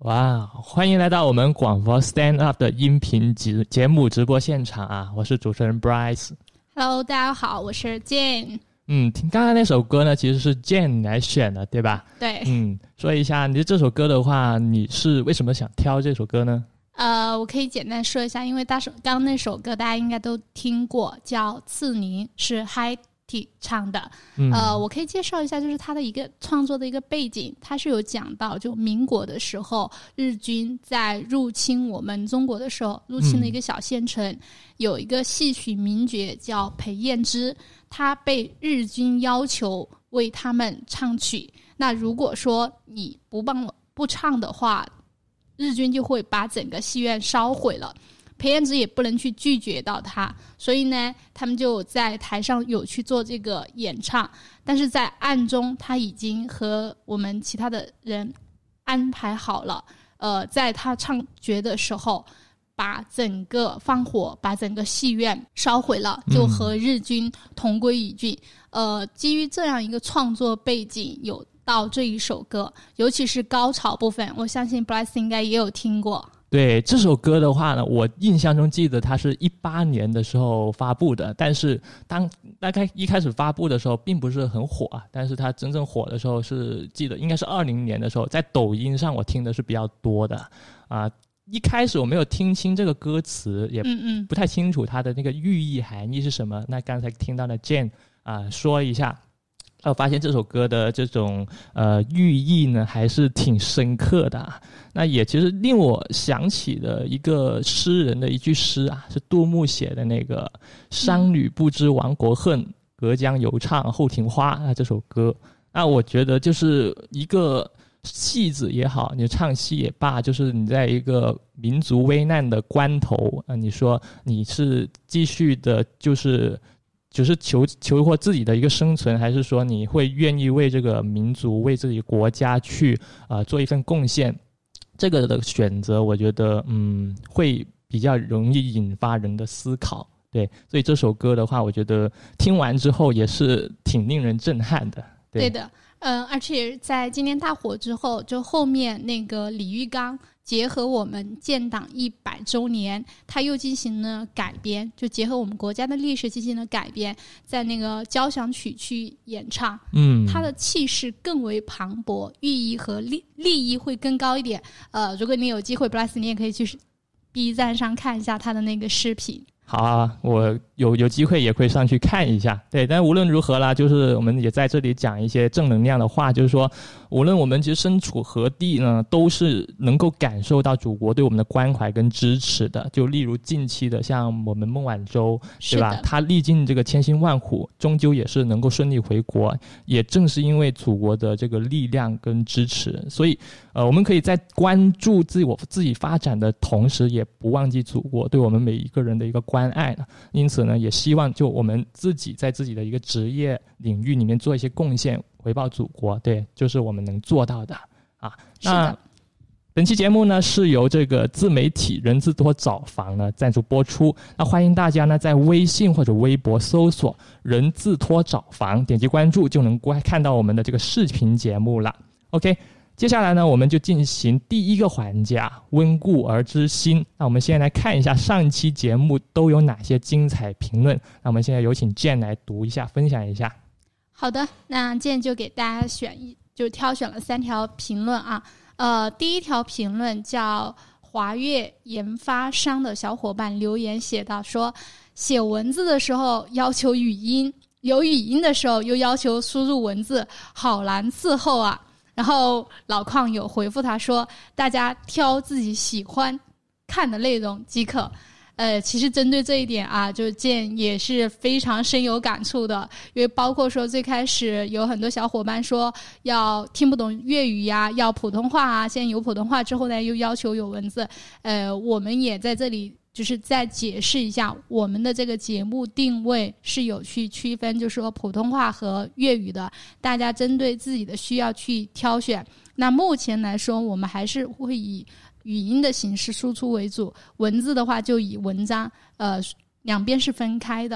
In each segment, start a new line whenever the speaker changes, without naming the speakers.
哇，欢迎来到我们广佛 Stand Up 的音频节目直播现场啊！我是主持人 Bryce。Hello，
大家好，我是 Jane。
听刚才那首歌呢，其实是 Jane 来选的，对吧？
对。
说一下你这首歌的话，你是为什么想挑这首歌呢？
我可以简单说一下，因为刚刚那首歌大家应该都听过，叫《刺柠》，是 Hi-T 唱的。我可以介绍一下，就是他的一个创作的一个背景，他是有讲到，就民国的时候，日军在入侵我们中国的时候，入侵了一个小县城，有一个戏曲名角叫裴燕之，他被日军要求为他们唱曲。那如果说你不唱的话，日军就会把整个戏院烧毁了。裴燕之也不能去拒绝到他，所以呢，他们就在台上有去做这个演唱，但是在暗中他已经和我们其他的人安排好了，在他唱角的时候，把整个放火，把整个戏院烧毁了，就和日军同归于尽。基于这样一个创作背景，有到这一首歌，尤其是高潮部分，我相信 Bryce 应该也有听过。
对，这首歌的话呢，我印象中记得它是18年的时候发布的，但是大概一开始发布的时候并不是很火啊，但是它真正火的时候是记得应该是20年的时候，在抖音上我听的是比较多的啊。一开始我没有听清这个歌词，也不太清楚它的那个寓意含义是什么。那刚才听到的 Jane 说一下，我发现这首歌的这种寓意呢还是挺深刻的啊。那也其实令我想起了一个诗人的一句诗啊，是杜牧写的那个商女不知亡国恨，隔江犹唱后庭花啊，这首歌。那我觉得就是一个戏子也好，你唱戏也罢，就是你在一个民族危难的关头你说你是继续的就是求获自己的一个生存，还是说你会愿意为这个民族为自己国家去做一份贡献，这个的选择我觉得会比较容易引发人的思考。对，所以这首歌的话我觉得听完之后也是挺令人震撼的。
对的。而且在今年大火之后，就后面那个李玉刚结合我们建党100周年，他又进行了改编，就结合我们国家的历史进行了改编，在那个交响曲去演唱。他的气势更为磅礴，寓意和利益会更高一点。如果你有机会 Bryce 你也可以去 B 站上看一下他的那个视频。
好啊，我有机会也会上去看一下。对，但无论如何啦，就是我们也在这里讲一些正能量的话，就是说无论我们其实身处何地呢，都是能够感受到祖国对我们的关怀跟支持的。就例如近期的像我们孟晚舟，对吧？他历尽这个千辛万苦，终究也是能够顺利回国，也正是因为祖国的这个力量跟支持，所以我们可以在关注自己发展的同时，也不忘记祖国对我们每一个人的一个关爱了。因此呢，也希望就我们自己在自己的一个职业领域里面做一些贡献，回报祖国。对，就是我们能做到的啊。那本期节目呢是由这个自媒体人字拖找房呢赞助播出。那欢迎大家呢在微信或者微博搜索人字拖找房，点击关注就能看到我们的这个视频节目了。OK。接下来呢，我们就进行第一个环节温故而知新。那我们先来看一下上期节目都有哪些精彩评论。那我们现在有请 Jane 来读一下，分享一下。
好的，那 Jane 就给大家挑选了3条评论啊。第一条评论叫华岳研发商的小伙伴留言写道说，写文字的时候要求语音，有语音的时候又要求输入文字，好难伺候啊。然后老邝有回复他说，大家挑自己喜欢看的内容即可。其实针对这一点啊，就Jane也是非常深有感触的，因为包括说最开始有很多小伙伴说要听不懂粤语呀，要普通话啊，现在有普通话之后呢，又要求有文字。我们也在这里就是再解释一下，我们的这个节目定位是有去区分，就是说普通话和粤语的，大家针对自己的需要去挑选。那目前来说，我们还是会以语音的形式输出为主，文字的话就以文章两边是分开的。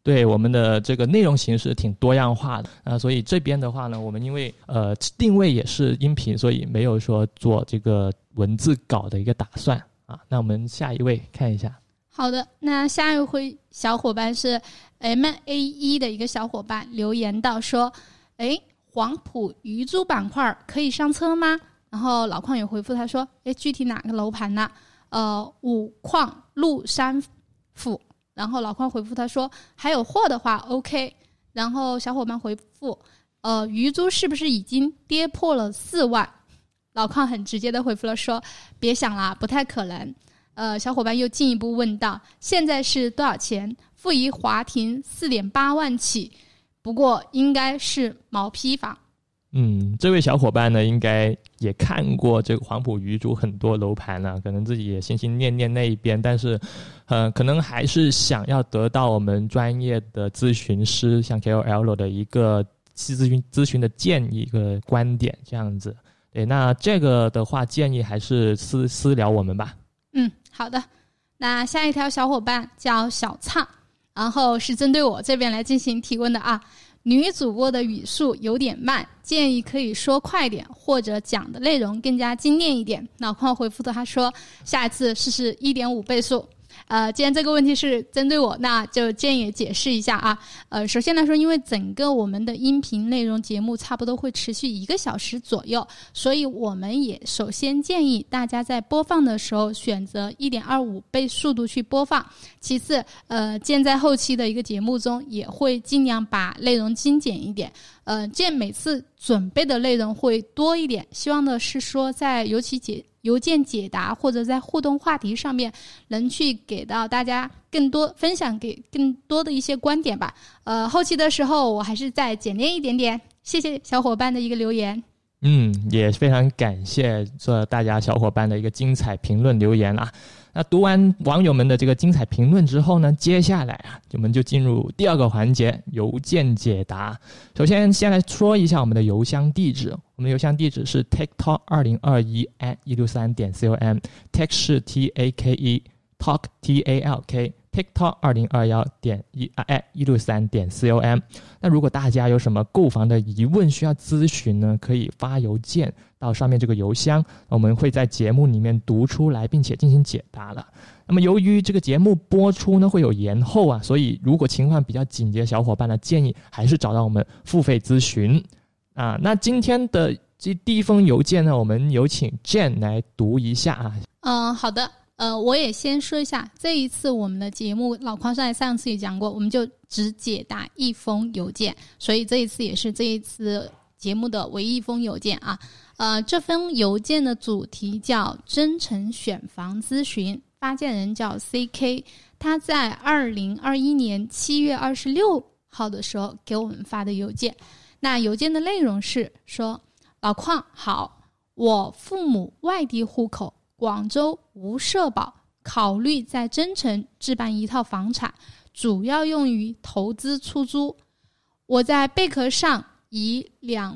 对，我们的这个内容形式挺多样化的所以这边的话呢，我们因为定位也是音频，所以没有说做这个文字稿的一个打算那我们下一位看一下。
好的，那下一位小伙伴是 MAE 的一个小伙伴留言到说，黄埔鱼珠板块可以上车吗？然后老邝也回复他说，具体哪个楼盘呢？五矿陆山府。然后老邝回复他说，还有货的话 OK。 然后小伙伴回复鱼珠是不是已经跌破了4万？老邝很直接的回复了说，别想了，不太可能。小伙伴又进一步问到，现在是多少钱？富怡华庭 4.8 万起，不过应该是毛坯房。
这位小伙伴呢，应该也看过这个黄埔鱼珠很多楼盘可能自己也心心念念那一边，但是可能还是想要得到我们专业的咨询师像 KOL 的一个咨询的建议，一个观点这样子。对，那这个的话建议还是私聊我们吧。
好的。那下一条小伙伴叫小畅，然后是针对我这边来进行提问的女主播的语速有点慢，建议可以说快点，或者讲的内容更加精炼一点。老邝回复的他说，下一次试试 1.5 倍速。既然这个问题是针对我，那就建议解释一下首先来说，因为整个我们的音频内容节目差不多会持续1个小时左右，所以我们也首先建议大家在播放的时候选择 1.25 倍速度去播放。其次建在后期的一个节目中也会尽量把内容精简一点，建每次准备的内容会多一点，希望的是说在邮件解答或者在互动话题上面能去给到大家更多，分享给更多的一些观点吧。后期的时候我还是再简练一点点。谢谢小伙伴的一个留言。
也非常感谢大家小伙伴的一个精彩评论留言那读完网友们的这个精彩评论之后呢，接下来我们就进入第二个环节，邮件解答。首先先来说一下我们的邮箱地址，我们的邮箱地址是 techtalk2021@163.com， tech 是 TAKE， talk TALK， techtalk2021@163.com。 那如果大家有什么购房的疑问需要咨询呢，可以发邮件到上面这个邮箱，我们会在节目里面读出来并且进行解答的。那么由于这个节目播出呢会有延后所以如果情况比较紧急的小伙伴呢，建议还是找到我们付费咨询那今天的这第一封邮件呢，我们有请 Jane 来读一下
好的。我也先说一下，这一次我们的节目老邝上次也讲过，我们就只解答1封邮件，所以这一次也是这一次节目的唯一1封邮件这封邮件的主题叫真诚选房咨询，发件人叫 CK， 他在2021年7月26号的时候给我们发的邮件。那邮件的内容是说，老邝好，我父母外地户口，广州无社保，考虑在增城置办一套房产，主要用于投资出租。我在贝壳上以2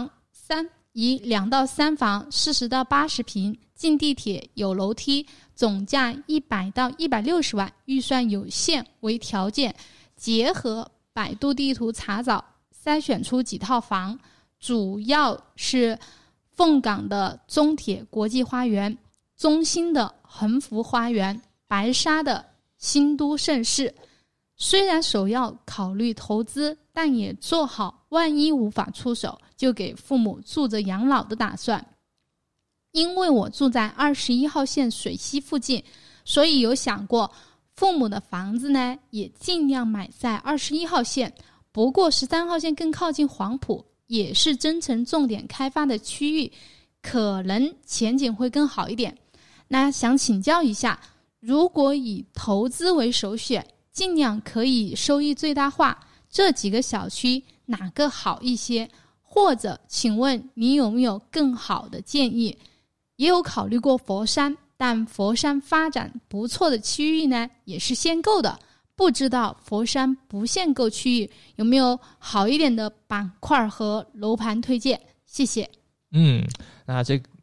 到3房40到80平，进地铁有楼梯，总价100到160万，预算有限为条件，结合百度地图查找筛选出几套房，主要是凤岗的中铁国际花园，中心的恒福花园，白沙的新都盛世。虽然首要考虑投资，但也做好万一无法出手就给父母住着养老的打算。因为我住在21号线水溪附近，所以有想过父母的房子呢也尽量买在21号线，不过13号线更靠近黄埔，也是增城重点开发的区域，可能前景会更好一点。那想请教一下，如果以投资为首选，尽量可以收益最大化，这几个小区哪个好一些？或者请问你有没有更好的建议？也有考虑过佛山，但佛山发展不错的区域呢也是限购的，不知道佛山不限购区域有没有好一点的板块和楼盘推荐？谢谢。
那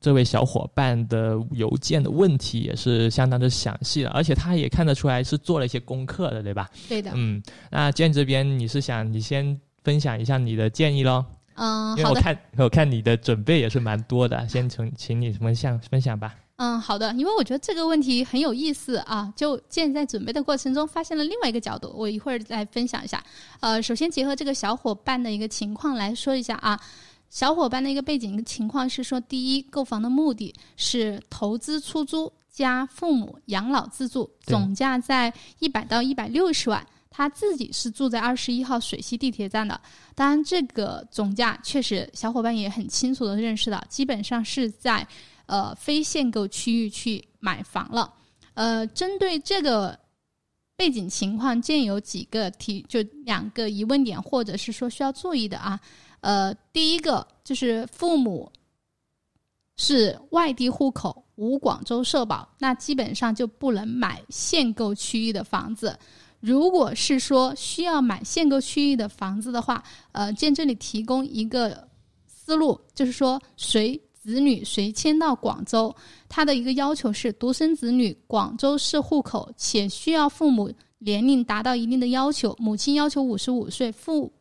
这位小伙伴的邮件的问题也是相当的详细的，而且他也看得出来是做了一些功课的，对吧？
对的。
那Jane这边你先分享一下你的建议咯。因为我看你的准备也是蛮多的，先请你分享吧。
好的，因为我觉得这个问题很有意思啊，就Jane在准备的过程中发现了另外一个角度，我一会儿再分享一下。首先结合这个小伙伴的一个情况来说一下啊。小伙伴的一个背景情况是说，第一，购房的目的是投资出租加父母养老自住，总价在100到160万，他自己是住在21号水西地铁站的。当然这个总价确实小伙伴也很清楚的认识到，基本上是在非限购区域去买房了。针对这个背景情况，Jane有几个就2个疑问点，或者是说需要注意的啊。第一个就是父母是外地户口，无广州社保，那基本上就不能买限购区域的房子。如果是说需要买限购区域的房子的话，Jane这里提供一个思路，就是说子女谁迁到广州，他的一个要求是独生子女广州市户口，且需要父母年龄达到一定的要求，母亲要求55岁，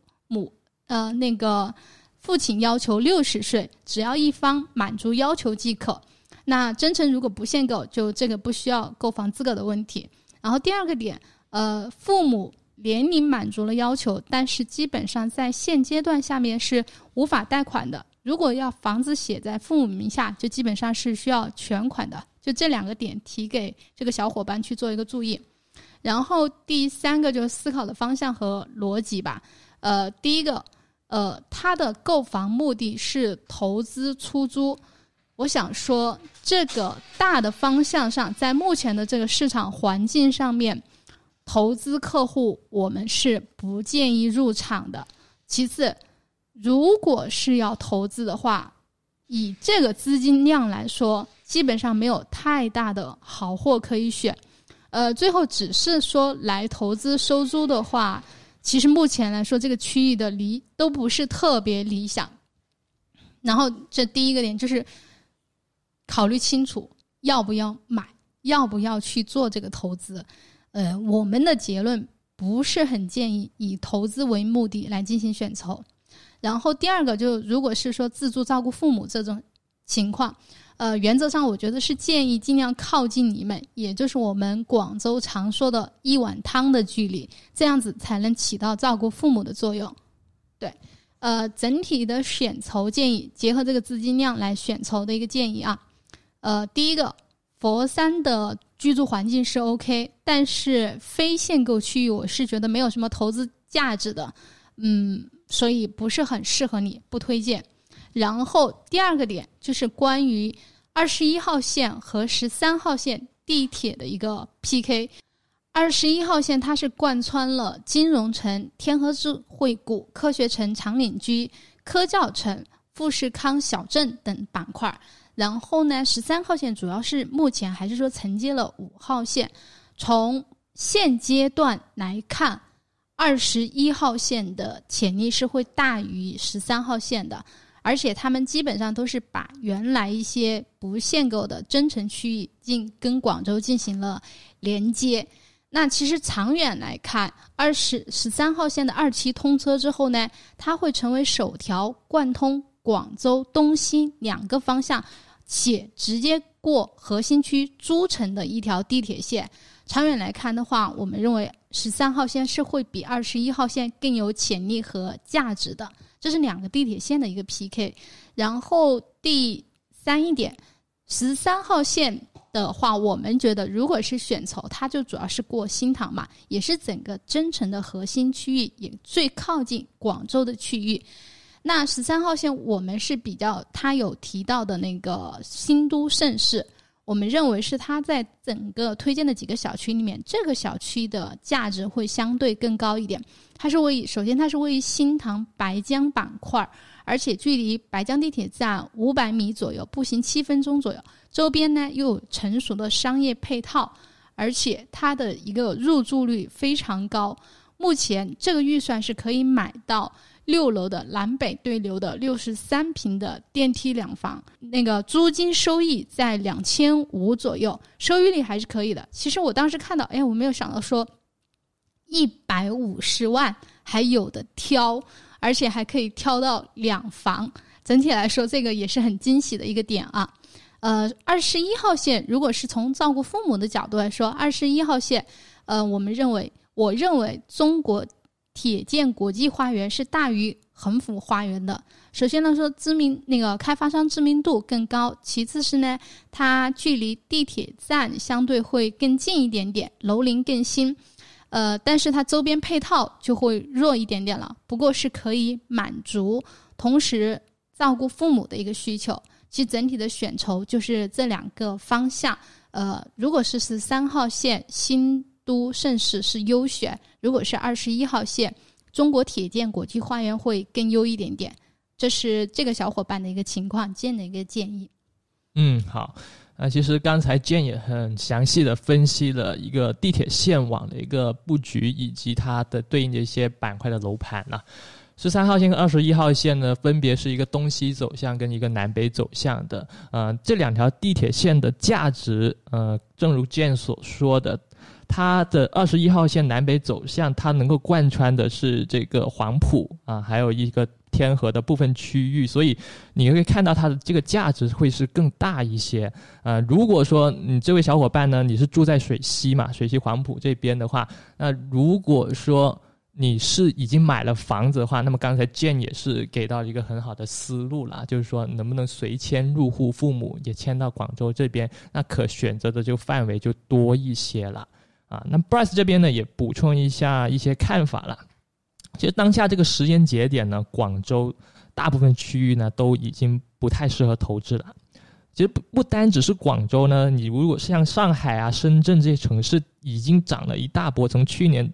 父亲要求60岁，只要一方满足要求即可。那真诚如果不限购，就这个不需要购房资格的问题。然后第二个点，父母年龄满足了要求，但是基本上在现阶段下面是无法贷款的。如果要房子写在父母名下，就基本上是需要全款的。就这2个点提给这个小伙伴去做一个注意。然后第3个就是思考的方向和逻辑吧。第一个，他的购房目的是投资出租。我想说这个大的方向上，在目前的这个市场环境上面，投资客户我们是不建议入场的。其次，如果是要投资的话，以这个资金量来说，基本上没有太大的好货可以选。最后只是说来投资收租的话，其实目前来说这个区域的都不是特别理想。然后这第一个点就是考虑清楚要不要买，要不要去做这个投资。我们的结论不是很建议以投资为目的来进行选筹。然后第二个，就如果是说自住照顾父母这种情况，原则上我觉得是建议尽量靠近你们，也就是我们广州常说的一碗汤的距离，这样子才能起到照顾父母的作用。对，整体的选筹建议结合这个资金量来选筹的一个建议啊。第一个，佛山的居住环境是 OK， 但是非限购区域我是觉得没有什么投资价值的，所以不是很适合你，不推荐。然后第二个点就是关于21号线和13号线地铁的一个 PK。 21号线它是贯穿了金融城、天河智慧谷、科学城、长岭居、科教城、富士康小镇等板块。然后呢13号线主要是目前还是说承接了5号线。从现阶段来看，21号线的潜力是会大于13号线的，而且他们基本上都是把原来一些不限购的增城区域跟广州进行了连接。那其实长远来看，13号线的2期通车之后呢，它会成为首条贯通广州东西2个方向且直接过核心区诸城的一条地铁线。长远来看的话，我们认为13号线是会比21号线更有潜力和价值的，这是2个地铁线的一个 PK。 然后第3点，13号线的话，我们觉得如果是选筹，它就主要是过新塘嘛，也是整个增城的核心区域，也最靠近广州的区域。那13号线我们是比较它有提到的那个新都盛世，我们认为是它在整个推荐的几个小区里面，这个小区的价值会相对更高一点。首先它是位于新塘白江板块，而且距离白江地铁站500米左右，步行7分钟左右，周边呢又有成熟的商业配套，而且它的一个入住率非常高。目前这个预算是可以买到 6楼的南北对流的63平的电梯2房，那个租金收益在2500左右，收益率还是可以的。其实我当时看到，我没有想到说150万还有的挑，而且还可以挑到2房，整体来说这个也是很惊喜的一个点啊。21号线如果是从照顾父母的角度来说，21号线我认为中国铁建国际花园是大于恒福花园的。首先呢说那个开发商知名度更高，其次是呢它距离地铁站相对会更近一点点，楼龄更新，但是它周边配套就会弱一点点了，不过是可以满足同时照顾父母的一个需求。其实整体的选筹就是这2个方向。如果是13号线新都盛世是优选，如果是21号线中国铁建国际花园会更优一点点。这是这个小伙伴的一个情况，建的一个建议。
好。其实刚才建也很详细的分析了一个地铁线网的一个布局，以及它的对应的一些板块的楼盘13号线跟21号线呢，分别是一个东西走向跟一个南北走向的。这2条地铁线的价值，正如建所说的，它的21号线南北走向，它能够贯穿的是这个黄埔还有一个天河的部分区域，所以你会看到它的这个价值会是更大一些。如果说你这位小伙伴呢，你是住在水西嘛，水西黄埔这边的话，那如果说你是已经买了房子的话，那么刚才建也是给到一个很好的思路啦，就是说能不能随迁入户，父母也迁到广州这边，那可选择的这个范围就多一些了那 Bryce 这边呢也补充一下一些看法了。其实当下这个时间节点呢，广州大部分区域呢都已经不太适合投资了。其实不单只是广州呢，你如果像上海深圳这些城市已经涨了一大波，从去年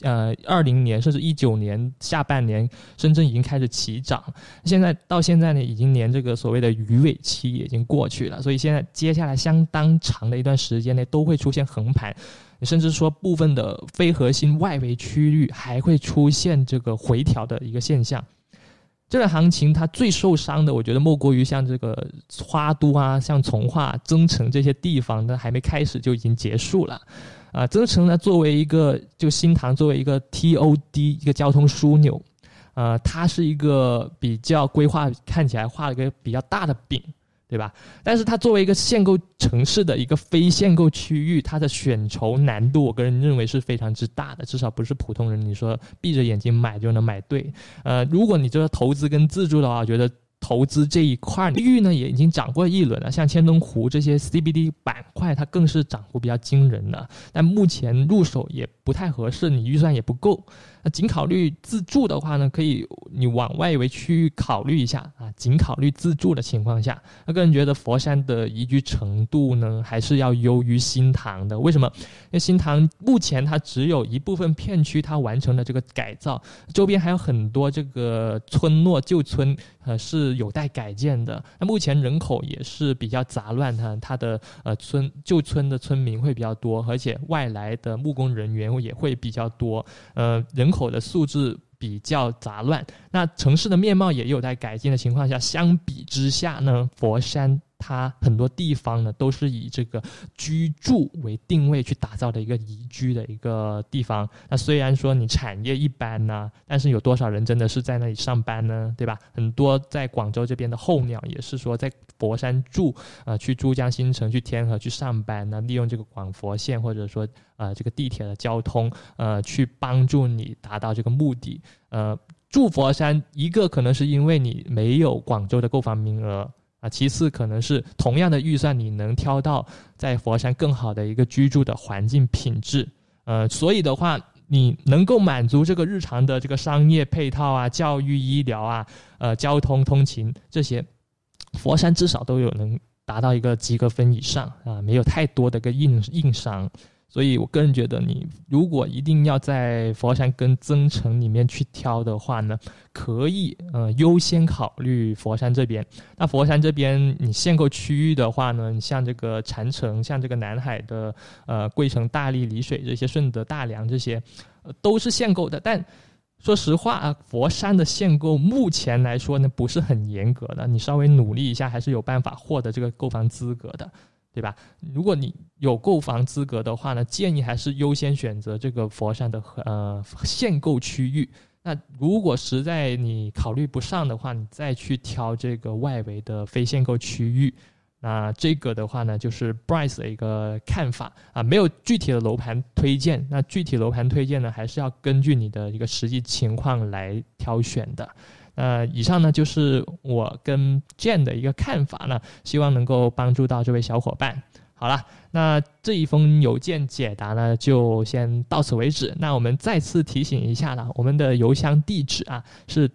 20年甚至19年下半年，深圳已经开始起涨，到现在呢已经连这个所谓的鱼尾期也已经过去了，所以现在接下来相当长的一段时间内都会出现横盘，甚至说部分的非核心外围区域还会出现这个回调的一个现象。这个行情它最受伤的，我觉得莫过于像这个花都像从化、增城这些地方呢，还没开始就已经结束了。增城呢作为一个新塘作为一个 TOD 一个交通枢纽，它是一个比较规划看起来画了一个比较大的饼，对吧？但是它作为一个限购城市的一个非限购区域，它的选筹难度我个人认为是非常之大的，至少不是普通人你说闭着眼睛买就能买对。如果你这个投资跟自住的话，我觉得投资这一块区域呢也已经涨过一轮了，像千东湖这些 CBD 板块它更是涨幅比较惊人的，但目前入手也不太合适，你预算也不够。那仅考虑自住的话呢，可以你往外围区域考虑一下仅考虑自住的情况下，那个人觉得佛山的宜居程度呢还是要优于新塘的。为什么？因为新塘目前它只有一部分片区它完成了这个改造，周边还有很多这个村落旧村是有待改建的。那目前人口也是比较杂乱，它的旧村的村民会比较多，而且外来的务工人员也会比较多，人口的素质比较杂乱，那城市的面貌也有待改进的情况下，相比之下呢，佛山它很多地方呢都是以这个居住为定位去打造的一个宜居的一个地方。那虽然说你产业一般但是有多少人真的是在那里上班呢？对吧？很多在广州这边的候鸟也是说在佛山住，去珠江新城、去天河去上班利用这个广佛线或者说这个地铁的交通去帮助你达到这个目的。住佛山，一个可能是因为你没有广州的购房名额其次可能是同样的预算你能挑到在佛山更好的一个居住的环境品质。所以的话你能够满足这个日常的这个商业配套教育、医疗交通、通勤这些，佛山至少都有能达到一个及格分以上没有太多的个硬伤。所以我个人觉得你如果一定要在佛山跟增城里面去挑的话呢，可以优先考虑佛山这边。那佛山这边你限购区域的话呢，你像这个禅城、像这个南海的桂城、大荔、丽水这些，顺德、大良这些都是限购的，但说实话，佛山的限购目前来说呢不是很严格的，你稍微努力一下还是有办法获得这个购房资格的，对吧？如果你有购房资格的话呢，建议还是优先选择这个佛山的限购区域。那如果实在你考虑不上的话，你再去挑这个外围的非限购区域。那这个的话呢，就是 Bryce 的一个看法啊，没有具体的楼盘推荐。那具体楼盘推荐呢，还是要根据你的一个实际情况来挑选的。以上呢就是我跟 Jane 的一个看法呢，希望能够帮助到这位小伙伴。好了，那这一封邮件解答呢，就先到此为止。那我们再次提醒一下了，我们的邮箱地址啊是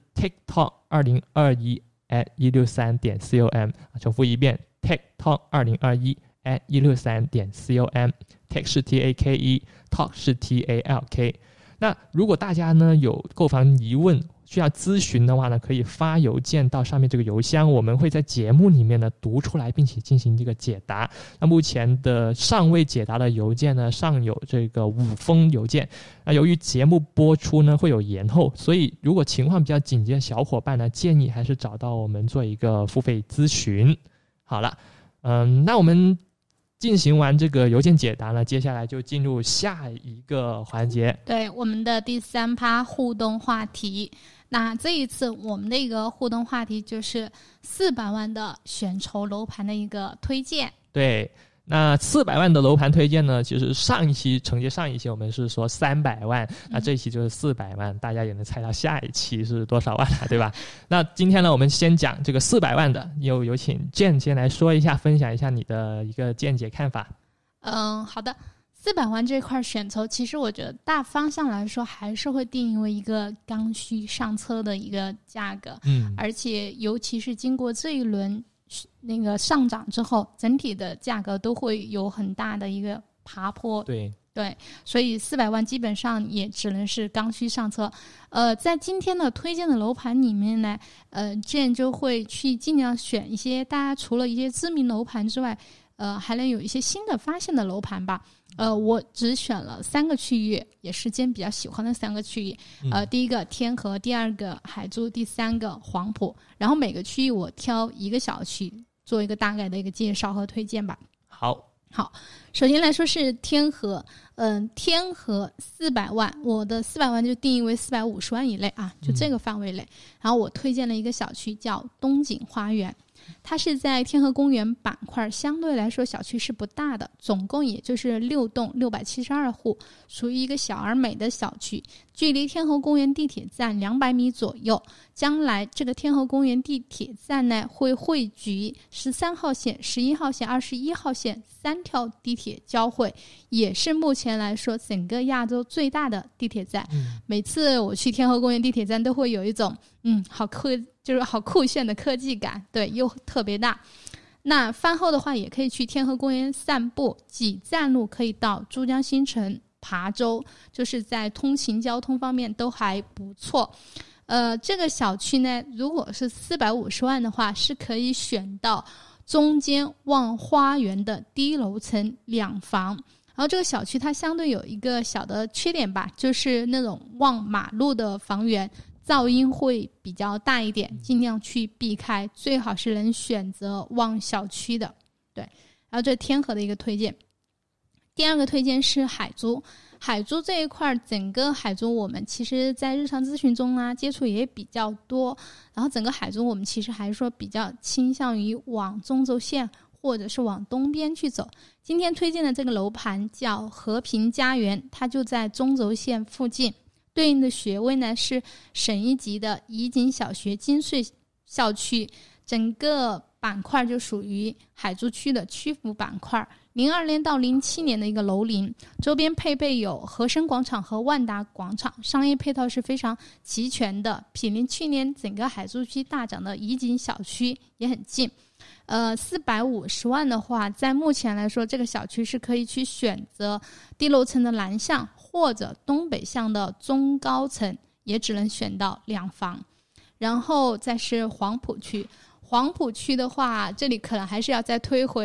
techtalk2021@163.com， 重复一遍。techtalk2021@163.com， Tech 是 TAKE， Talk 是 TALK。 那如果大家呢有购房疑问需要咨询的话呢，可以发邮件到上面这个邮箱，我们会在节目里面呢读出来，并且进行这个解答。那目前的尚未解答的邮件呢，尚有这个5封邮件。那由于节目播出呢会有延后，所以如果情况比较紧急的小伙伴呢，建议还是找到我们做一个付费咨询。好了，那我们进行完这个邮件解答呢，接下来就进入下一个环节，
对，我们的第3趴互动话题。那这一次我们的一个互动话题就是400万的选筹楼盘的一个推荐。
对，那400万的楼盘推荐呢，其实上一期我们是说300万，那这一期就是400万，大家也能猜到下一期是多少万了，对吧？那今天呢，我们先讲这个400万的，有请 Jane 先来说一下，分享一下你的一个见解看法。
好的。400万这块选筹，其实我觉得大方向来说还是会定义为一个刚需上车的一个价格，而且尤其是经过这一轮那个上涨之后，整体的价格都会有很大的一个爬坡。对，所以400万基本上也只能是刚需上车。在今天的推荐的楼盘里面呢，Jane 就会去尽量选一些大家除了一些知名楼盘之外，还能有一些新的发现的楼盘吧。我只选了3个区域，也是Jane比较喜欢的3个区域。第一个天河，第2个海珠，第3个黄埔。然后每个区域我挑一个小区做一个大概的一个介绍和推荐吧。好，首先来说是天河。天河400万，我的400万就定义为450万以内啊，就这个范围内。然后我推荐了一个小区叫东景花园。它是在天河公园板块，相对来说小区是不大的，总共也就是6栋672户，属于一个小而美的小区，距离天河公园地铁站200米左右。将来这个天河公园地铁站呢，会汇聚13号线、11号线、21号线3条地铁交汇，也是目前来说整个亚洲最大的地铁站。每次我去天河公园地铁站都会有一种好酷炫的科技感，对，又特别大。那饭后的话也可以去天河公园散步，几站路可以到珠江新城、琶洲，就是在通勤交通方面都还不错。这个小区呢，如果是450万的话，是可以选到中间望花园的低楼层2房。然后这个小区它相对有一个小的缺点吧，就是那种望马路的房源噪音会比较大一点，尽量去避开，最好是能选择望小区的。对，然后这天河的一个推荐。第2个推荐是海珠。海珠这一块，整个海珠我们其实在日常咨询中接触也比较多，然后整个海珠我们其实还是说比较倾向于往中轴线或者是往东边去走。今天推荐的这个楼盘叫和平家园，它就在中轴线附近，对应的学位呢是省1级的怡景小学金穗校区，整个板块就属于海珠区的曲阜板块，02年到07年的一个楼龄，周边配备有和生广场和万达广场，商业配套是非常齐全的，毗邻去年整个海珠区大涨的怡景小区也很近。450万的话，在目前来说，这个小区是可以去选择低楼层的南向或者东北向的中高层，也只能选到2房。然后再是黄埔区。黄埔区的话，这里可能还是要再推回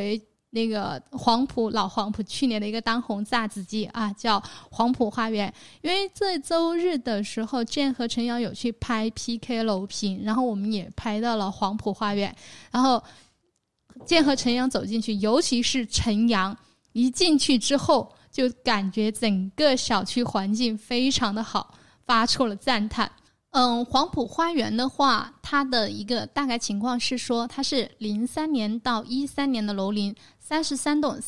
那个老黄埔去年的一个当红炸子鸡啊，叫黄埔花园。因为这周日的时候Jane和陈瑶有去拍 PK 楼屏，然后我们也拍到了黄埔花园，然后Jane和陈阳走进去，尤其是陈阳一进去之后就感觉整个小区环境非常的好，发出了赞叹。黄埔花园的话，它的一个大概情况是说，它是03年到13年的楼龄，33栋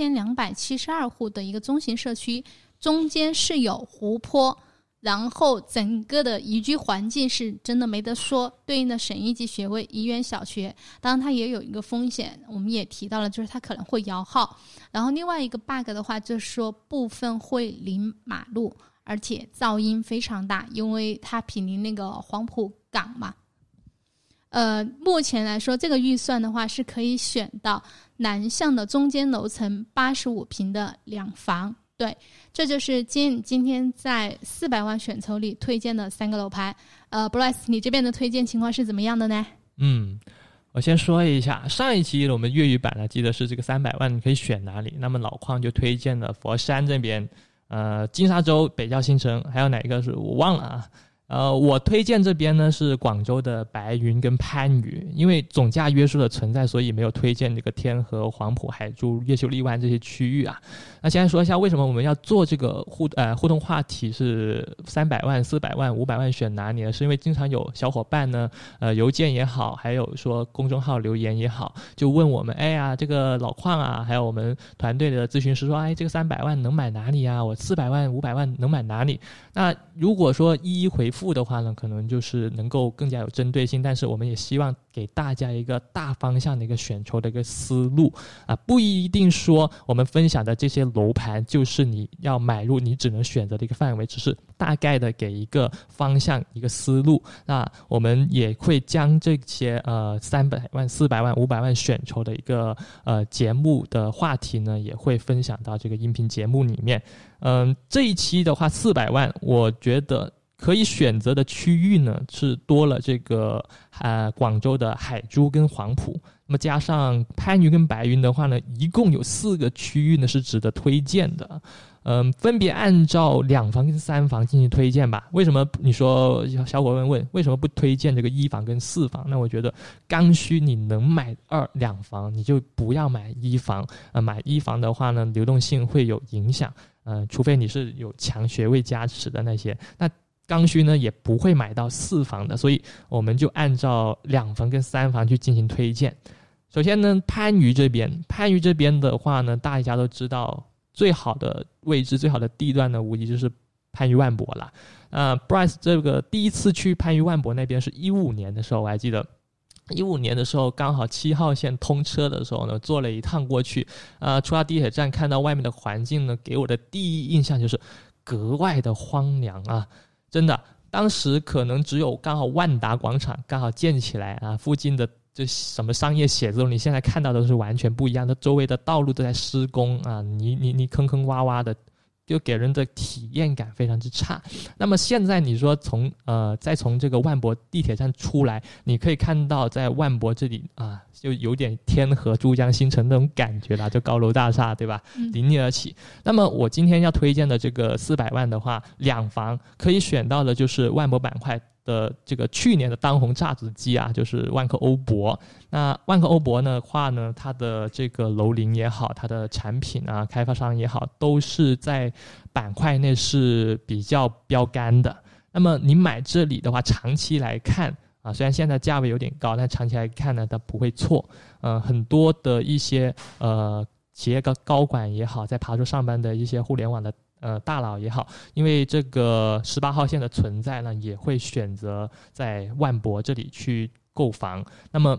3272户的一个中型社区，中间是有湖泊，然后整个的宜居环境是真的没得说，对应的省一级学位怡园小学。当然它也有一个风险，我们也提到了，就是它可能会摇号。然后另外一个 bug 的话，就是说部分会临马路，而且噪音非常大，因为它毗邻那个黄埔港嘛。目前来说，这个预算的话是可以选到南向的中间楼层85平的2房。对，这就是今天在400万选筹里推荐的3个楼盘。Bryce 你这边的推荐情况是怎么样的呢？
我先说一下，上一期我们粤语版呢，记得是这个300万可以选哪里，那么老邝就推荐了佛山这边，金沙洲、北窖新城，还有哪一个是我忘了啊。我推荐这边呢是广州的白云跟番禺，因为总价约束的存在，所以没有推荐这个天河、黄埔、海珠、越秀荔湾这些区域啊。那现在说一下为什么我们要做这个互动话题是300万、400万、500万选哪里呢？是因为经常有小伙伴呢，邮件也好，还有说公众号留言也好，就问我们，哎呀，这个老邝啊，还有我们团队的咨询师说，哎，这个300万能买哪里啊？我400万、500万能买哪里？那如果说一一回复的话呢，可能就是能够更加有针对性，但是我们也希望给大家一个大方向的一个选筹的一个思路啊，不一定说我们分享的这些楼盘就是你要买入你只能选择的一个范围，只是大概的给一个方向一个思路。那我们也会将这些300万、400万、500万选筹的一个节目的话题呢，也会分享到这个音频节目里面。这一期的话400万，我觉得可以选择的区域呢是多了这个广州的海珠跟黄埔，那么加上番禺跟白云的话呢，一共有4个区域呢是值得推荐的。分别按照2房跟3房进行推荐吧。为什么你说小伙伴问为什么不推荐这个1房跟4房？那我觉得刚需你能买2房，你就不要买1房。买1房的话呢，流动性会有影响。除非你是有强学位加持的那些，那刚需呢也不会买到4房的，所以我们就按照2房跟3房去进行推荐。首先呢，番禺这边的话呢，大家都知道最好的位置、最好的地段呢，无疑就是番禺万博了。Bryce 这个第一次去番禺万博那边是15年的时候，我还记得。15年的时候，刚好7号线通车的时候呢，坐了一趟过去，出到地铁站看到外面的环境呢，给我的第一印象就是格外的荒凉啊！真的，当时可能只有刚好万达广场刚好建起来啊，附近的这什么商业写字楼，你现在看到的是完全不一样的，周围的道路都在施工啊，泥坑坑洼洼的。就给人的体验感非常之差。那么现在你说再从这个万博地铁站出来，你可以看到在万博这里啊，就有点天河珠江新城那种感觉啦，就高楼大厦，对吧？离你而起。那么我今天要推荐的这个400万的话，2房可以选到的就是万博板块的这个去年的当红炸子鸡啊，就是万科欧博。那万科欧博的话呢，它的这个楼龄也好，它的产品啊，开发商也好，都是在板块内是比较标杆的。那么你买这里的话，长期来看啊，虽然现在价位有点高，但长期来看呢，它不会错。很多的一些企业高管也好，在爬出上班的一些互联网的大佬也好，因为这个18号线的存在呢，也会选择在万博这里去购房。那么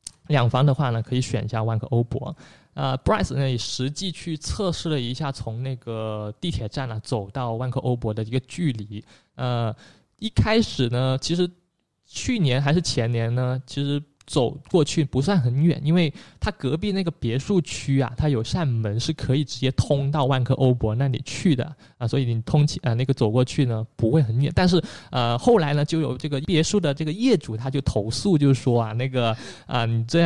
2房的话呢，可以选一下万科欧博。Bryce 呢也实际去测试了一下从那个地铁站走到万科欧博的一个距离。一开始呢，其实去年还是前年呢，其实走过去不算很远，因为它隔壁那个别墅区啊，它有扇门是可以直接通到万科欧博那里去的啊，所以你那个走过去呢不会很远。但是后来呢，就有这个别墅的这个业主他就投诉，就是说啊，那个你这样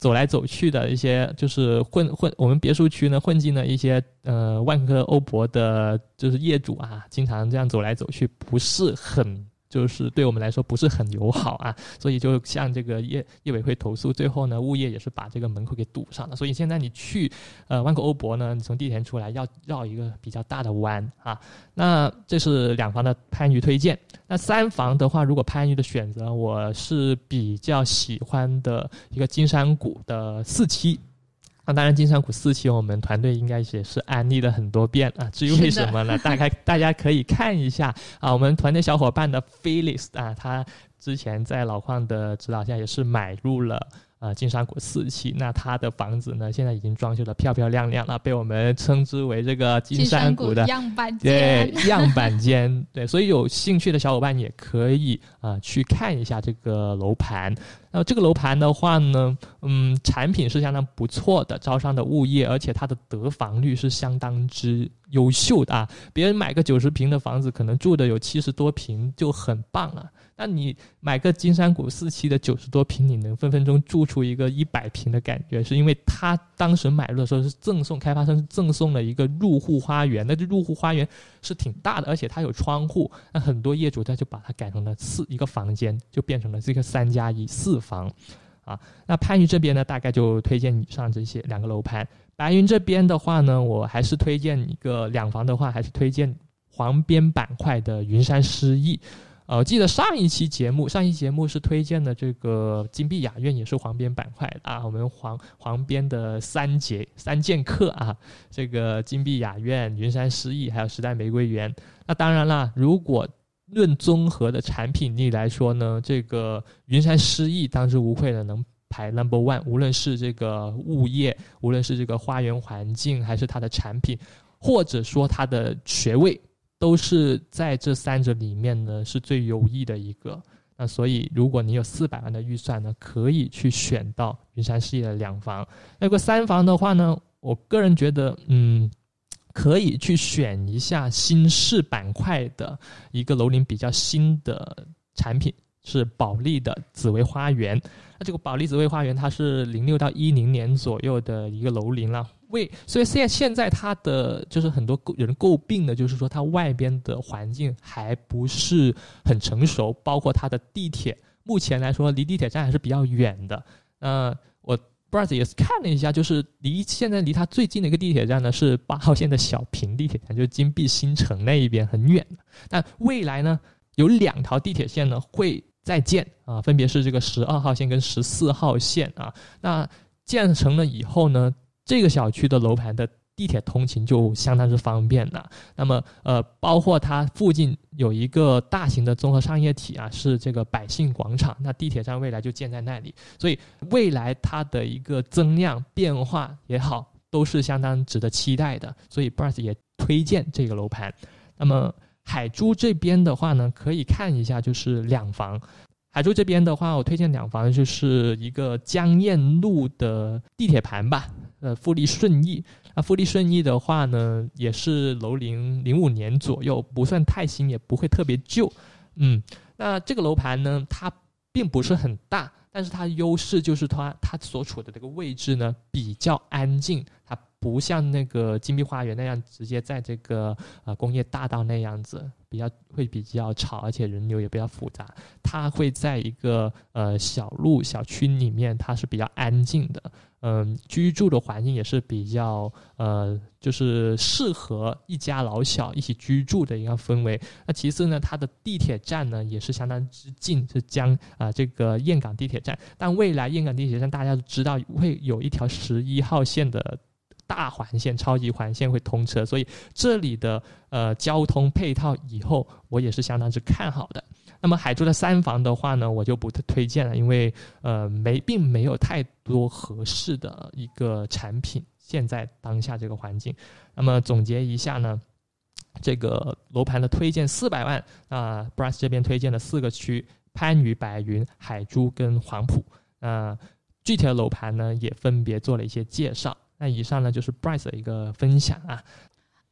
走来走去的一些，就是我们别墅区呢混进了一些万科欧博的就是业主啊，经常这样走来走去，不是很就是对我们来说不是很友好啊，所以就向这个业委会投诉，最后呢物业也是把这个门口给堵上了。所以现在你去万科欧博呢，你从地铁出来要绕一个比较大的弯啊。那这是2房的番禺推荐。那3房的话，如果番禺的选择，我是比较喜欢的一个金山谷的4期。那当然金山谷4期我们团队应该也是安利了很多遍啊，至于为什么呢，大家可以看一下啊，我们团队小伙伴的 Felix 啊，他之前在老邝的指导下也是买入了金山谷4期，那他的房子呢现在已经装修的漂漂亮亮了，被我们称之为这个金山谷的
样板间，
对，样板间对，所以有兴趣的小伙伴也可以去看一下这个楼盘。那这个楼盘的话呢，产品是相当不错的，招商的物业，而且它的得房率是相当之优秀的啊。别人买个90平的房子，可能住的有70多平就很棒了。那你买个金山谷4期的90多平，你能分分钟住出一个100平的感觉，是因为他当时买入的时候是开发商是赠送了一个入户花园，那这入户花园是挺大的，而且它有窗户，那很多业主他就把它改成了一个房间，就变成了这个3+1 4房啊。那番禺这边呢，大概就推荐以上这些2个楼盘。白云这边的话呢，我还是推荐一个2房的话，还是推荐黄边板块的云山诗意。我记得上一期节目是推荐的这个金碧雅苑，也是黄边板块的啊。我们黄边的三剑客啊，这个金碧雅苑、云山诗意还有时代玫瑰园。那当然啦，如果论综合的产品力来说呢，这个云山诗意当之无愧的能排 No.1， 无论是这个物业，无论是这个花园环境，还是它的产品，或者说它的学位，都是在这3者里面呢是最优异的一个。那所以如果你有400万的预算呢，可以去选到云山诗意的2房。那个3房的话呢，我个人觉得可以去选一下新式板块的一个楼龄比较新的产品，是保利的紫薇花园。那这个保利紫薇花园它是06到10年左右的一个楼龄了，所以现在它的就是很多人诟病的就是说它外边的环境还不是很成熟，包括它的地铁目前来说离地铁站还是比较远的。我 Bryce 也是看了一下，就是现在离它最近的一个地铁站呢是8号线的小平地铁站，就是金碧新城那一边，很远的。但未来呢有2条地铁线呢会再建啊，分别是这个12号线跟14号线啊。那建成了以后呢，这个小区的楼盘的地铁通勤就相当之方便了。那么包括它附近有一个大型的综合商业体啊，是这个百姓广场，那地铁站未来就建在那里，所以未来它的一个增量变化也好，都是相当值得期待的。所以 Bryce 也推荐这个楼盘。那么海珠这边的话呢，可以看一下就是2房。海珠这边的话，我推荐2房，就是一个江燕路的地铁盘吧，富力顺义。那富力顺义的话呢，也是楼龄05年左右，不算太新，也不会特别旧。那这个楼盘呢，它并不是很大，但是它优势就是它所处的这个位置呢比较安静，它不像那个金碧花园那样直接在这个工业大道那样子会比较吵，而且人流也比较复杂。它会在一个小区里面，它是比较安静的。居住的环境也是比较就是适合一家老小一起居住的一个氛围。那其次呢，它的地铁站呢也是相当之近，是这个燕港地铁站。但未来燕港地铁站大家都知道会有一条11号线的大环线、超级环线会通车，所以这里的交通配套以后我也是相当之看好的。那么海珠的3房的话呢，我就不推荐了，因为并没有太多合适的一个产品，现在当下这个环境。那么总结一下呢，这个楼盘的推荐400万Bryce 这边推荐了4个区：番禺、白云、海珠跟黄埔。具体的楼盘呢也分别做了一些介绍。那以上呢就是 Bryce 的一个分享啊。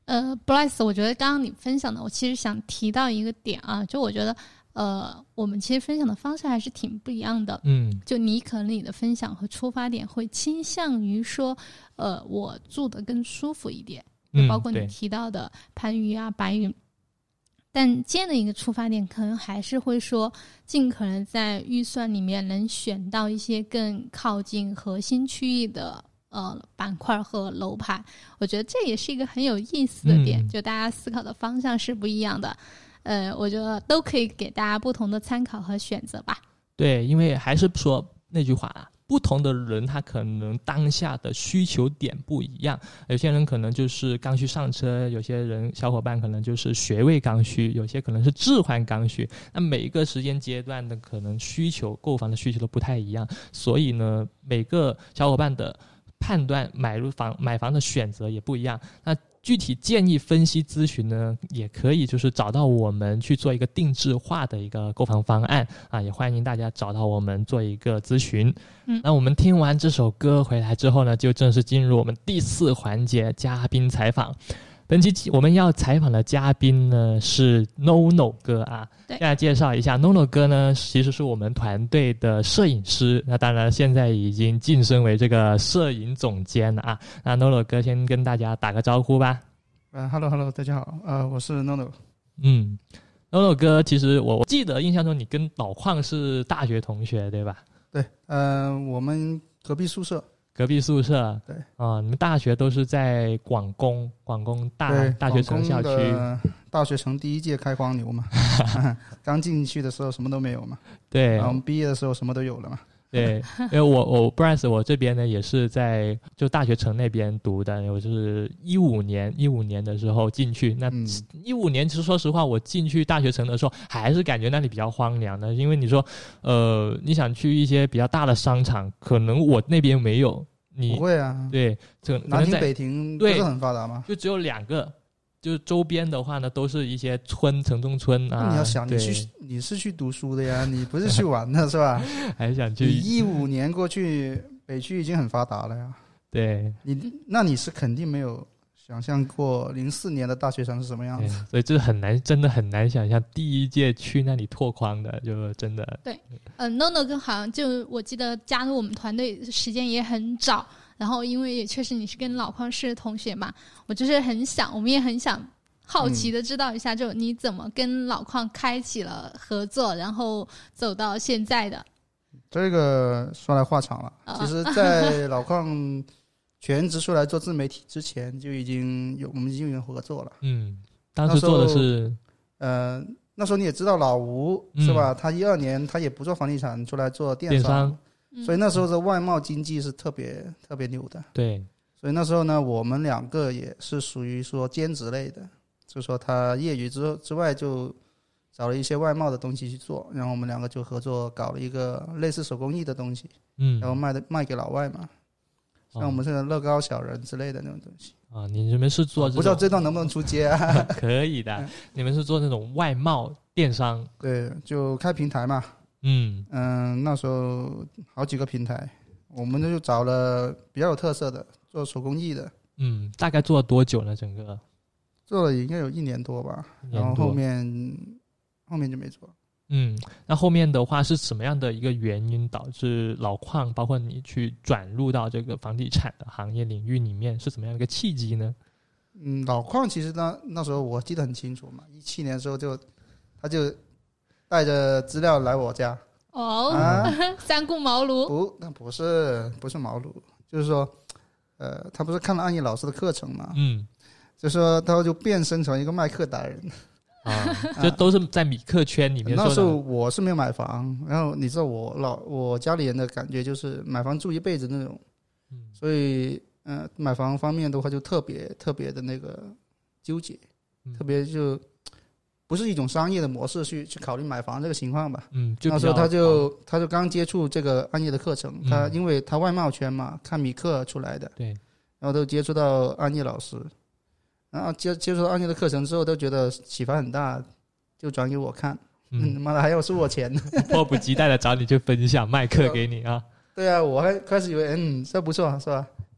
Bryce， 我觉得刚刚你分享的，我其实想提到一个点啊，就我觉得我们其实分享的方式还是挺不一样的。就你可能你的分享和出发点会倾向于说我住得更舒服一点，就包括你提到的番禺啊、白云，但这样的一个出发点可能还是会说尽可能在预算里面能选到一些更靠近核心区域的板块和楼盘。我觉得这也是一个很有意思的点，就大家思考的方向是不一样的。我觉得都可以给大家不同的参考和选择吧。
对，因为还是说那句话啊，不同的人他可能当下的需求点不一样，有些人可能就是刚需上车，有些人小伙伴可能就是学位刚需，有些可能是置换刚需，那每一个时间阶段的可能需求购房的需求都不太一样，所以呢每个小伙伴的判断买房的选择也不一样。那具体建议分析咨询呢，也可以就是找到我们去做一个定制化的一个购房方案啊，也欢迎大家找到我们做一个咨询。那我们听完这首歌回来之后呢，就正式进入我们第4环节嘉宾采访。本期我们要采访的嘉宾呢是 NONO 哥啊。现在介绍一下 NONO 哥呢，其实是我们团队的摄影师，那当然现在已经晋升为这个摄影总监了啊。那 NONO 哥先跟大家打个招呼吧。
Hello， 大家好，我是 NONO。
NONO 哥，其实我记得印象中你跟老邝是大学同学对吧？
对，我们隔壁宿舍。
对你们大学都是在广工大学城校区。
大学城第一届开荒牛嘛。刚进去的时候什么都没有嘛。
对，
我们毕业的时候什么都有了嘛。
对，因为我 Bryce 我这边呢也是在就大学城那边读的，我是15年的时候进去。那15年其实说实话，我进去大学城的时候还是感觉那里比较荒凉的，因为你说你想去一些比较大的商场，可能我那边没有。
不会啊。
对，
南亭北亭不是很发达吗？
就只有2个。就周边的话呢，都是一些城中村啊。
你要想，你是去读书的呀，你不是去玩的是吧？
还想去。
你15年过去，北区已经很发达了呀。
对，
那你是肯定没有想象过04年的大学城是什么样子。
所以这真的很难想象第一届去那里拓荒的，就真的。
对，NONO 哥好像就我记得加入我们团队时间也很早。然后因为也确实你是跟老邝是同学嘛，我就是我们也很想好奇的知道一下，就你怎么跟老邝开启了合作，然后走到现在的。
这个说来话长了。其实在老邝全职出来做自媒体之前，我们已经有合作了。
当时做的是
那时候你也知道老吴是吧？他12年他也不做房地产，出来做电商。所以那时候的外贸经济是特别特别牛的。
对，
所以那时候呢，我们2个也是属于说兼职类的，就是说他业余之外就找了一些外贸的东西去做，然后我们2个就合作搞了一个类似手工艺的东西，然后卖给老外嘛，像我们这个乐高小人之类的那种东西。
你们是做
不知道这段能不能出街啊？
可以的，你们是做那种外贸电商。
对，就开平台嘛。那时候好几个平台，我们就找了比较有特色的做手工艺的。
大概做了多久呢？整个
做了应该有1年多吧，然后后面就没做。
那后面的话是什么样的一个原因导致老邝包括你去转入到这个房地产的行业领域里面，是什么样的一个契机呢？
老邝其实那时候我记得很清楚嘛，17年的时候他就带着资料来我家。
三顾茅庐。
那不是茅庐，就是说他不是看了安逸老师的课程嘛，就说他就变身成一个卖课达人。
就都是在米客圈里面。
那时候我是没有买房，然后你知道我家里人的感觉就是买房住一辈子那种，所以买房方面的话就特别特别的那个纠结，特别就不是一种商业的模式去考虑买房这个情况吧。那时候他就刚接触这个安逸的课程，他因为他外贸圈嘛，看米客出来的，
对，
然后都接触到安逸老师。然后接触到安逸的课程之后，都觉得启发很大，就转给我看。妈的，还要收我钱，
迫不及待的找你去分享卖课给你啊！
对啊，我还开始以为这不错是吧？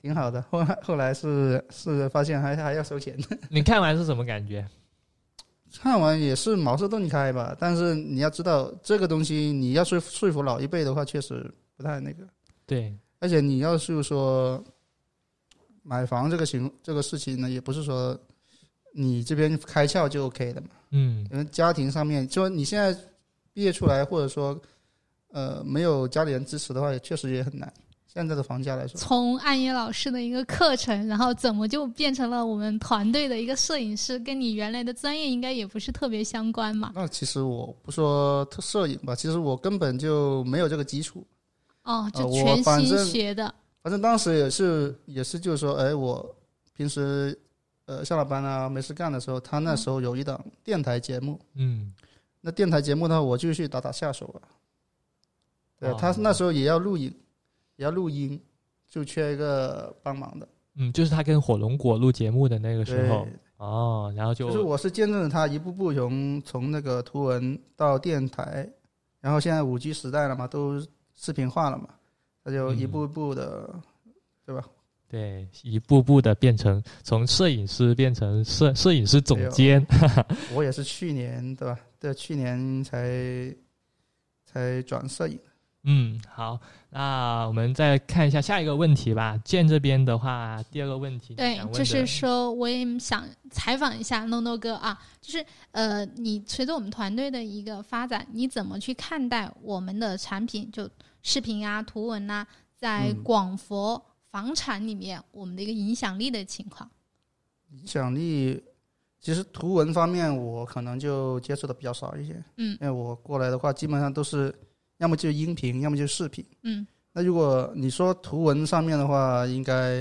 挺好的。后来是发现还要收钱。
你看完是什么感觉？
看完也是茅塞顿开吧，但是你要知道这个东西，你要说服老一辈的话，确实不太那个。
对，
而且你要是说买房这个事情呢，也不是说你这边开窍就 OK 的嘛。因为家庭上面，就你现在毕业出来，或者说没有家里人支持的话，也确实也很难。现在的房价来说，
从暗夜老师的一个课程，然后怎么就变成了我们团队的一个摄影师，跟你原来的专业应该也不是特别相关嘛？
那其实我不说摄影吧，其实我根本就没有这个基础。
就全新学的。
反正当时也是就是说，我平时下了班啊没事干的时候，他那时候有一档电台节目，那电台节目呢，我就去打下手了。对，他那时候也要录影，也要录音，就缺一个帮忙的。
就是他跟火龙果录节目的那个时候。然后就是
我是见证了他一步步从那个图文到电台，然后现在5G 时代了嘛，都视频化了嘛，他就一步步的，对吧？
对，一步步的变成从摄影师变成摄影师总监。
我也是去年，对吧？对，去年才转摄影。
好，那我们再看一下下一个问题吧。建这边的话，第二个问题，
对，就是说我也想采访一下诺诺哥啊，就是你随着我们团队的一个发展，你怎么去看待我们的产品，就视频啊、图文啊，在广佛房产里面我们的一个影响力的情况？
影响力，其实图文方面我可能就接触的比较少一些，因为我过来的话，基本上都是要么就是音频，要么就是视频。那如果你说图文上面的话，应该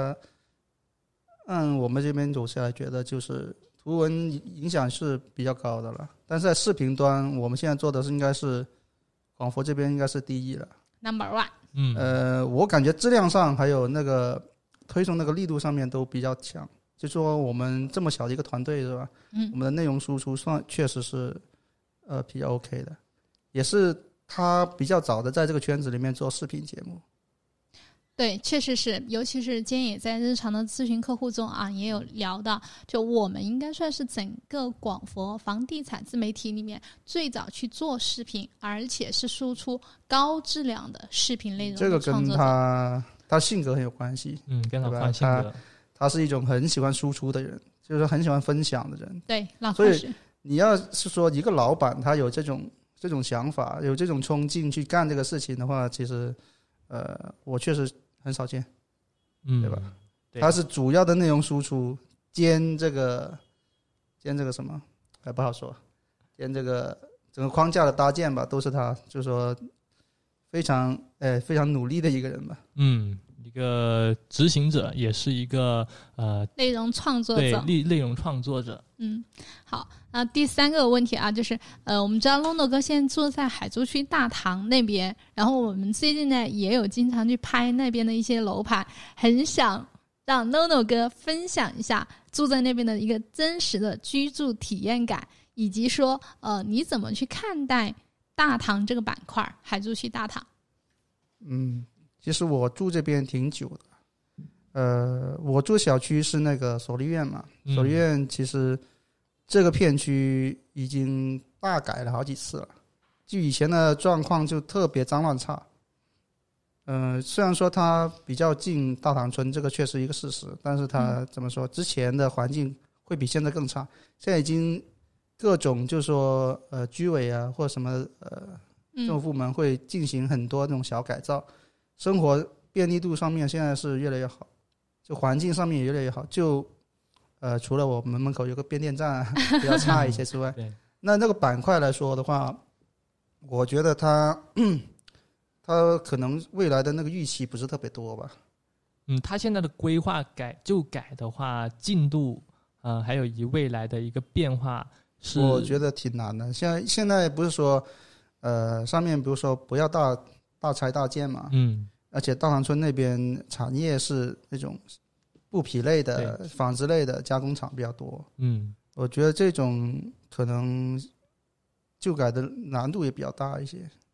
按我们这边走下来，觉得就是图文影响是比较高的了。但是在视频端，我们现在做的是应该是广佛这边应该是第一了
，No. 1。
我感觉质量上还有那个推送那个力度上面都比较强。就说我们这么小的一个团队是吧？我们的内容输出确实是比较 OK 的，也是他比较早的在这个圈子里面做视频节目。
对，确实是，尤其是今天也在日常的咨询客户中啊，也有聊到，就我们应该算是整个广佛房地产自媒体里面最早去做视频，而且是输出高质量的视频内容的创作者。
这个跟他性格很有关系。
跟老方性格，
他是一种很喜欢输出的人，就是很喜欢分享的人。
对，老方是。
所以你要是说一个老板他有这种想法，有这种冲劲去干这个事情的话，其实我确实很少见，对吧？对，他是主要的内容输出兼这个什么，不好说，兼这个整个框架的搭建吧，都是他，就是说非常努力的一个人吧。
一个执行者，也是一个
内容创作者。
对，内容创作者。
好，那第三个问题啊，就是我们知道 Nono 哥现在住在海珠区大塘那边，然后我们最近呢也有经常去拍那边的一些楼盘，很想让 Nono 哥分享一下住在那边的一个真实的居住体验感，以及说你怎么去看待大塘这个板块，海珠区大塘。
其实我住这边挺久的，我住小区是那个首利苑嘛，首利苑其实这个片区已经大改了好几次了，就以前的状况就特别脏乱差。虽然说它比较近大塘村，这个确实一个事实，但是它怎么说，之前的环境会比现在更差。现在已经各种就是说居委啊或者什么政府部门会进行很多那种小改造。生活便利度上面现在是越来越好，就环境上面也越来越好。就除了我们门口有个变电站比较差一些之外，那个板块来说的话，我觉得它可能未来的那个预期不是特别多吧。
它现在的规划改的话，进度还有未来的一个变化是，
我觉得挺难的。现在不是说上面比如说不要大拆大建嘛，而且大塘村那边产业是那种布匹类的、纺织类的加工厂比较多，我觉得这种可能旧改的难度也比较大一些。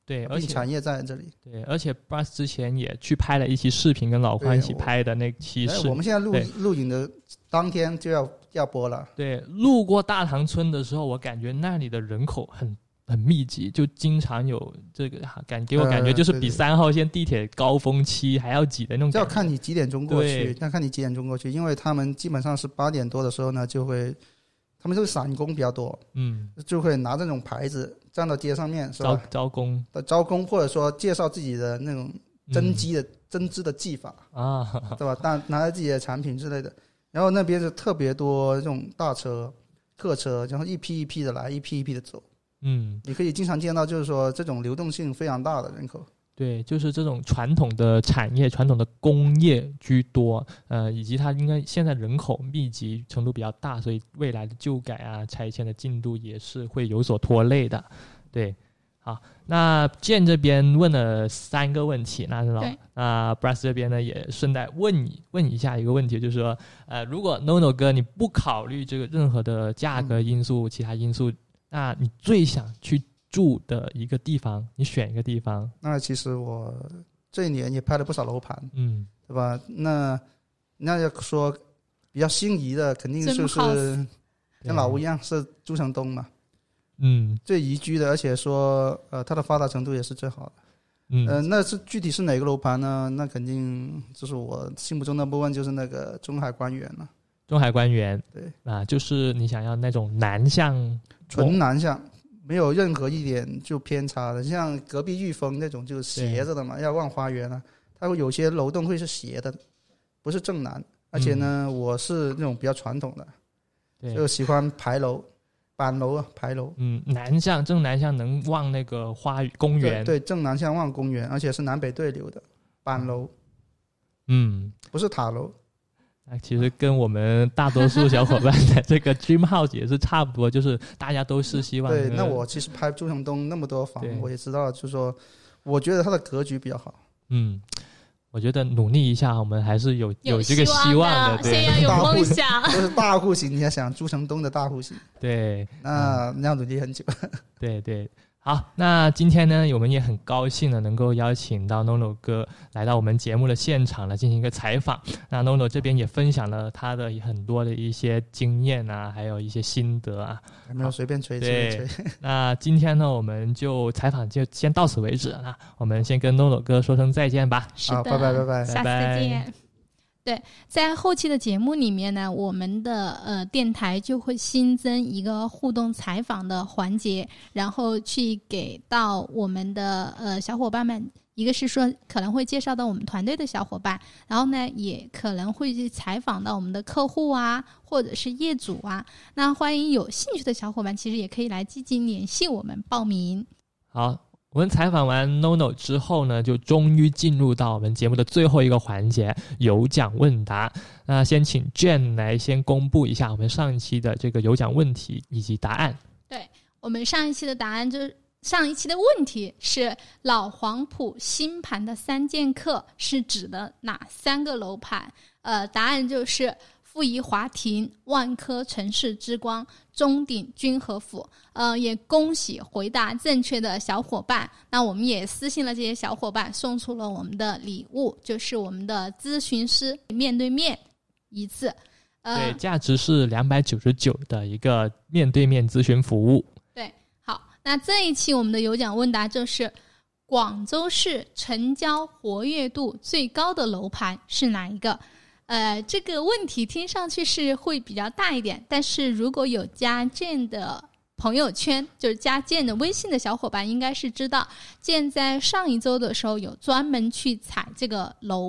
对，而且
产业在这里。
对，而且 Bryce 之前也去拍了一期视频，跟老黄一起拍的那期视频。
我们现在录影的当天就要播了。
对，路过大塘村的时候，我感觉那里的人口很密集，就经常有这个给我感觉就是比3号线地铁高峰期还要挤的那种感觉。
要看你几点钟过去，因为他们基本上是8点多的时候呢，他们就是散工比较多，就会拿这种牌子站到街上面，是吧？招工，或者说介绍自己的那种针织的技法啊，对吧？拿来自己的产品之类的。然后那边是特别多这种大车、客车，然后一批一批的来，一批一批的走。你可以经常见到，就是说这种流动性非常大的人口。
对，就是这种传统的产业、传统的工业居多，以及它应该现在人口密集程度比较大，所以未来的旧改啊、拆迁的进度也是会有所拖累的。对，好，那建这边问了3个问题，那Bryce 这边呢也顺带问一下一个问题，就是说，如果 NONO 哥你不考虑这个任何的价格因素、其他因素，那你最想去住的一个地方，你选一个地方。
那其实我这一年也拍了不少楼盘，对吧？那要说比较心仪的，肯定就是跟老吴一样是朱城东嘛，最宜居的，而且说它的发达程度也是最好的。那是具体是哪个楼盘呢？那肯定就是我心目中的1，就是那个中海官园了。
中海官园，
对
啊，就是你想要那种南向，
纯南向。没有任何一点就偏差的，像隔壁裕丰那种就是斜着的嘛，要望花园啊，它会有些楼栋会是斜的，不是正南。而且呢，我是那种比较传统的，就喜欢牌楼、板楼啊，牌楼。
南向正南向能望那个公园，
对，正南向望公园，而且是南北对流的板楼，不是塔楼。
其实跟我们大多数小伙伴的这个 dream house 也是差不多，就是大家都是希望。
对，那我其实拍朱城东那么多房，我也知道，就是说，我觉得它的格局比较好。
我觉得努力一下，我们还是有这个希望的。
对，先要有梦想。
都是大户型，你要想朱城东的大户型，
对，
那要努力很久。
对。好，那今天呢，我们也很高兴的能够邀请到 NONO 哥来到我们节目的现场来进行一个采访。那 NONO 这边也分享了他的很多的一些经验啊，还有一些心得啊。
没有随便吹。
那今天呢，我们就采访就先到此为止。那我们先跟 NONO 哥说声再见吧。
好，拜拜，
下次再见。对，在后期的节目里面呢，我们的电台就会新增一个互动采访的环节，然后去给到我们的小伙伴们，一个是说可能会介绍到我们团队的小伙伴，然后呢也可能会去采访到我们的客户啊，或者是业主啊。那欢迎有兴趣的小伙伴，其实也可以来积极联系我们报名。
好。我们采访完 NONO 之后呢，就终于进入到我们节目的最后一个环节——有奖问答。那先请 Jane 来先公布一下我们上一期的这个有奖问题以及答案。
对，我们上一期的答案就是上一期的问题是老黄埔新盘的3剑客是指的哪3个楼盘？答案就是富怡华庭、万科城市之光、中鼎君和府。也恭喜回答正确的小伙伴。那我们也私信了这些小伙伴，送出了我们的礼物，就是我们的咨询师面对面一次。
对，价值是299的一个面对面咨询服务。
对，好，那这一期我们的有奖问答就是广州市成交活跃度最高的楼盘是哪一个？这个问题听上去是会比较大一点，但是如果有加Jane的朋友圈，就是加Jane的微信的小伙伴应该是知道，Jane在上一周的时候有专门去踩这个楼